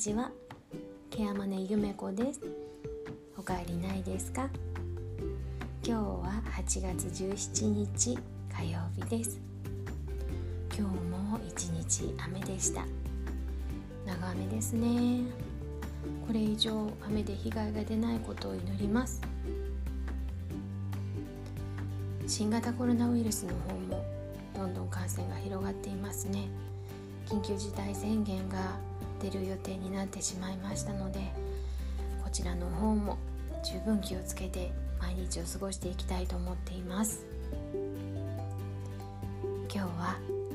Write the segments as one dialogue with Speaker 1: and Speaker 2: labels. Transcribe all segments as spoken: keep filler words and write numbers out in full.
Speaker 1: ちは。ケアマネゆめこです。おかえりないですか？今日ははちがつじゅうしちにち火曜日です。今日も一日雨でした。長雨ですね。これ以上雨で被害が出ないことを祈ります。新型コロナウイルスの方もどんどん感染が広がっていますね。緊急事態宣言が出る予定になってしまいましたので、こちらの方も十分気をつけて毎日を過ごしていきたいと思っています。今日は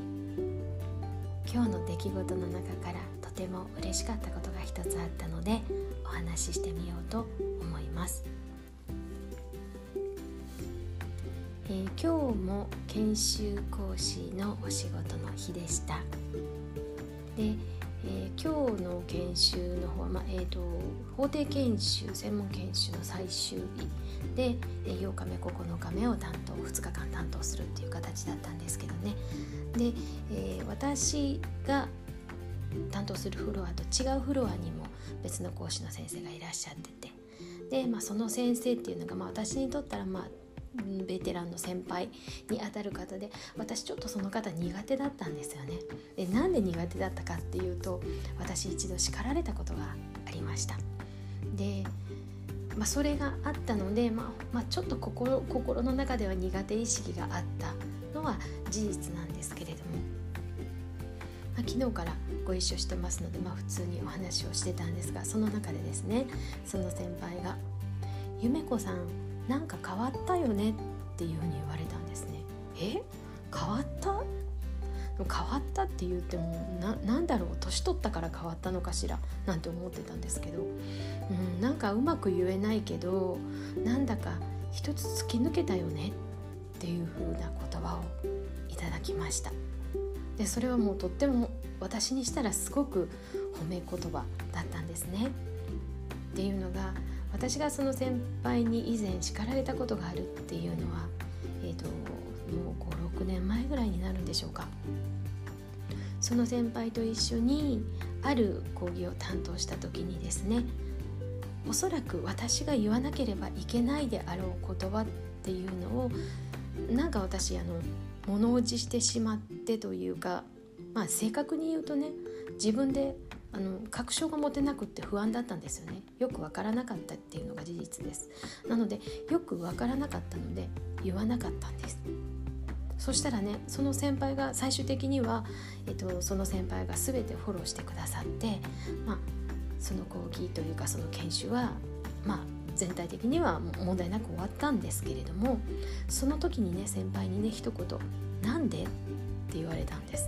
Speaker 1: 今日の出来事の中からとても嬉しかったことが一つあったのでお話ししてみようと思います。えー、今日も研修講師のお仕事の日でした。で、えー、今日の研修の方は、まあえー、と法廷研修専門研修の最終日で、えー、ようかめここのかめを担当ふつかかん担当するっていう形だったんですけどね。で、えー、私が担当するフロアと違うフロアにも別の講師の先生がいらっしゃってて、で、まあ、その先生っていうのが、まあ、私にとったらまあベテランの先輩にあたる方で、私ちょっとその方苦手だったんですよね。で、なんで苦手だったかっていうと、私一度叱られたことがありました。で、まあ、それがあったので、まあまあ、ちょっと心、心の中では苦手意識があったのは事実なんですけれども、まあ、昨日からご一緒してますので、まあ、普通にお話をしてたんですが、その中でですね、その先輩がゆめこさんなんか変わったよねっていうふうに言われたんですね。え？変わった？変わったって言っても な, なんだろう年取ったから変わったのかしらなんて思ってたんですけど、うん、なんかうまく言えないけどなんだか一つ突き抜けたよねっていうふうな言葉をいただきました。で、それはもうとっても私にしたらすごく褒め言葉だったんですね。っていうのが、私がその先輩に以前叱られたことがあるっていうのは、えーと、もうご、ろくねんまえぐらいになるんでしょうか。その先輩と一緒にある講義を担当した時にですね、おそらく私が言わなければいけないであろう言葉っていうのをなんか私あの物おじしてしまってというか、まあ正確に言うとね、自分であの確証が持てなくって不安だったんですよね。よくわからなかったっていうのが事実です。なのでよくわからなかったので言わなかったんです。そしたらね、その先輩が最終的には、えっと、その先輩が全てフォローしてくださって、まあ、その講義というかその研修は、まあ、全体的には問題なく終わったんですけれども、その時にね、先輩にね一言なんでって言われたんです。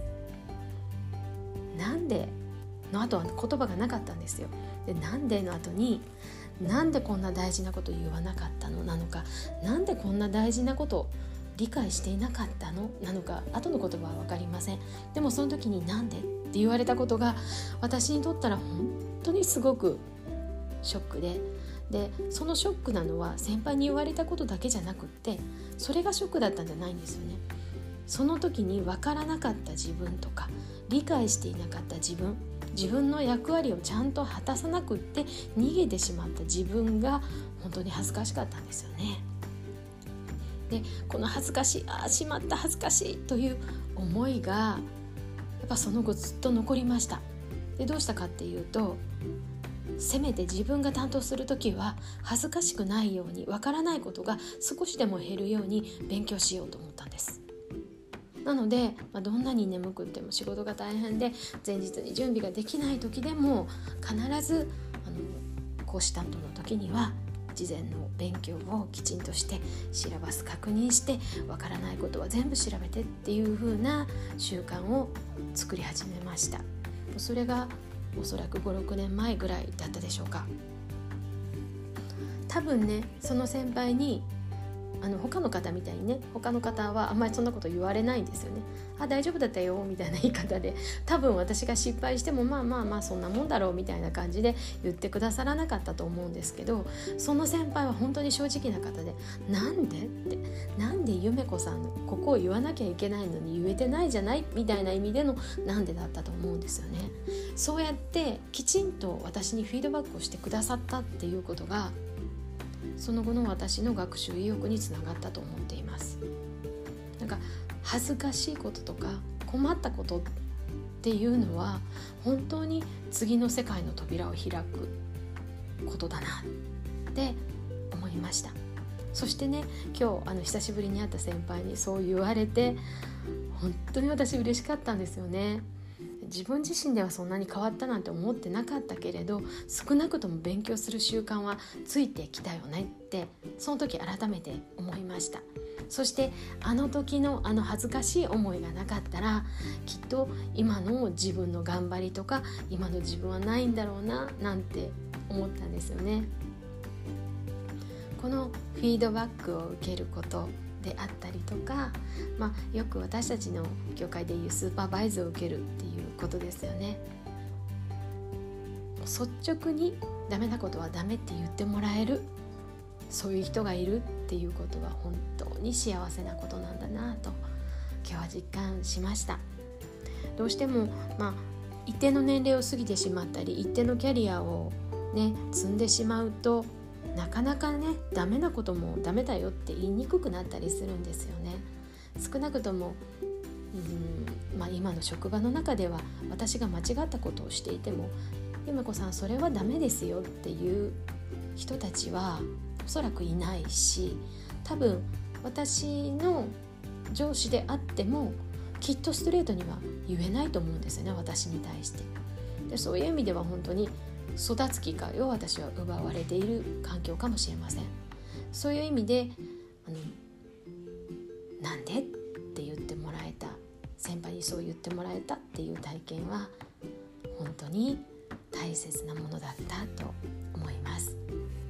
Speaker 1: なんでの後は言葉がなかったんですよ。で、なんでの後になんでこんな大事なこと言わなかったのなのか、なんでこんな大事なこと理解していなかったのなのか、後の言葉は分かりません。でもその時になんでって言われたことが私にとったら本当にすごくショックで、でそのショックなのは先輩に言われたことだけじゃなくって、それがショックだったんじゃないんですよね。その時に分からなかった自分とか理解していなかった自分、自分の役割をちゃんと果たさなくって逃げてしまった自分が本当に恥ずかしかったんですよね。で、この恥ずかしい、ああしまった恥ずかしいという思いがやっぱその後ずっと残りました。で、どうしたかっていうと、せめて自分が担当するときは恥ずかしくないように、わからないことが少しでも減るように勉強しようと思ったんです。なので、まあ、どんなに眠くっても仕事が大変で前日に準備ができない時でも必ずあの講師担当の時には事前の勉強をきちんとしてシラバス確認して、わからないことは全部調べてっていう風な習慣を作り始めました。それがおそらくご、ろくねんまえぐらいだったでしょうか。多分ね、その先輩にあの他の方みたいにね、他の方はあんまりそんなこと言われないんですよね。あ、大丈夫だったよみたいな言い方で、多分私が失敗してもまあまあまあそんなもんだろうみたいな感じで言ってくださらなかったと思うんですけど、その先輩は本当に正直な方で、なんでってなんでゆめこさんここを言わなきゃいけないのに言えてないじゃないみたいな意味でのなんでだったと思うんですよね。そうやってきちんと私にフィードバックをしてくださったっていうことが、その後の私の学習意欲につながったと思っています。なんか恥ずかしいこととか困ったことっていうのは本当に次の世界の扉を開くことだなって思いました。そしてね、今日あの久しぶりに会った先輩にそう言われて本当に私嬉しかったんですよね。自分自身ではそんなに変わったなんて思ってなかったけれど、少なくとも勉強する習慣はついてきたよねってその時改めて思いました。そしてあの時のあの恥ずかしい思いがなかったら、きっと今の自分の頑張りとか今の自分はないんだろうななんて思ったんですよね。このフィードバックを受けることであったりとか、まあ、よく私たちの業界でいうスーパーバイズを受けるっていうことですよね。率直にダメなことはダメって言ってもらえる、そういう人がいるっていうことは本当に幸せなことなんだなと今日は実感しました。どうしても、まあ、一定の年齢を過ぎてしまったり一定のキャリアを、ね、積んでしまうとなかなかね、ダメなこともダメだよって言いにくくなったりするんですよね。少なくともうん、まあ、今の職場の中では私が間違ったことをしていても、ゆめこさんそれはダメですよっていう人たちはおそらくいないし、多分私の上司であってもきっとストレートには言えないと思うんですよね、私に対して。でそういう意味では本当に育つ機会を私は奪われている環境かもしれません。そういう意味であのなんでって言ってもらえた、先輩にそう言ってもらえたっていう体験は本当に大切なものだったと思います。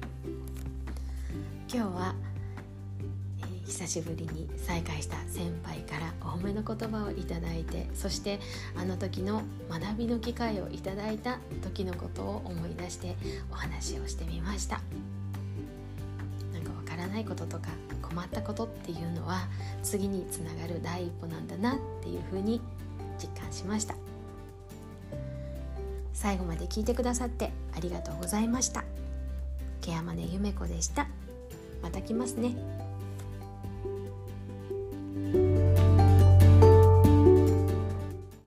Speaker 1: 今日は、えー、久しぶりに再会した先輩からお褒めの言葉をいただいて、そしてあの時の学びの機会をいただいた時のことを思い出してお話をしてみました。なんかわからないこととか困ったことっていうのは次につながる第一歩なんだなっていうふうに実感しました。最後まで聞いてくださってありがとうございました。ケアマネゆめこでした。また来ますね。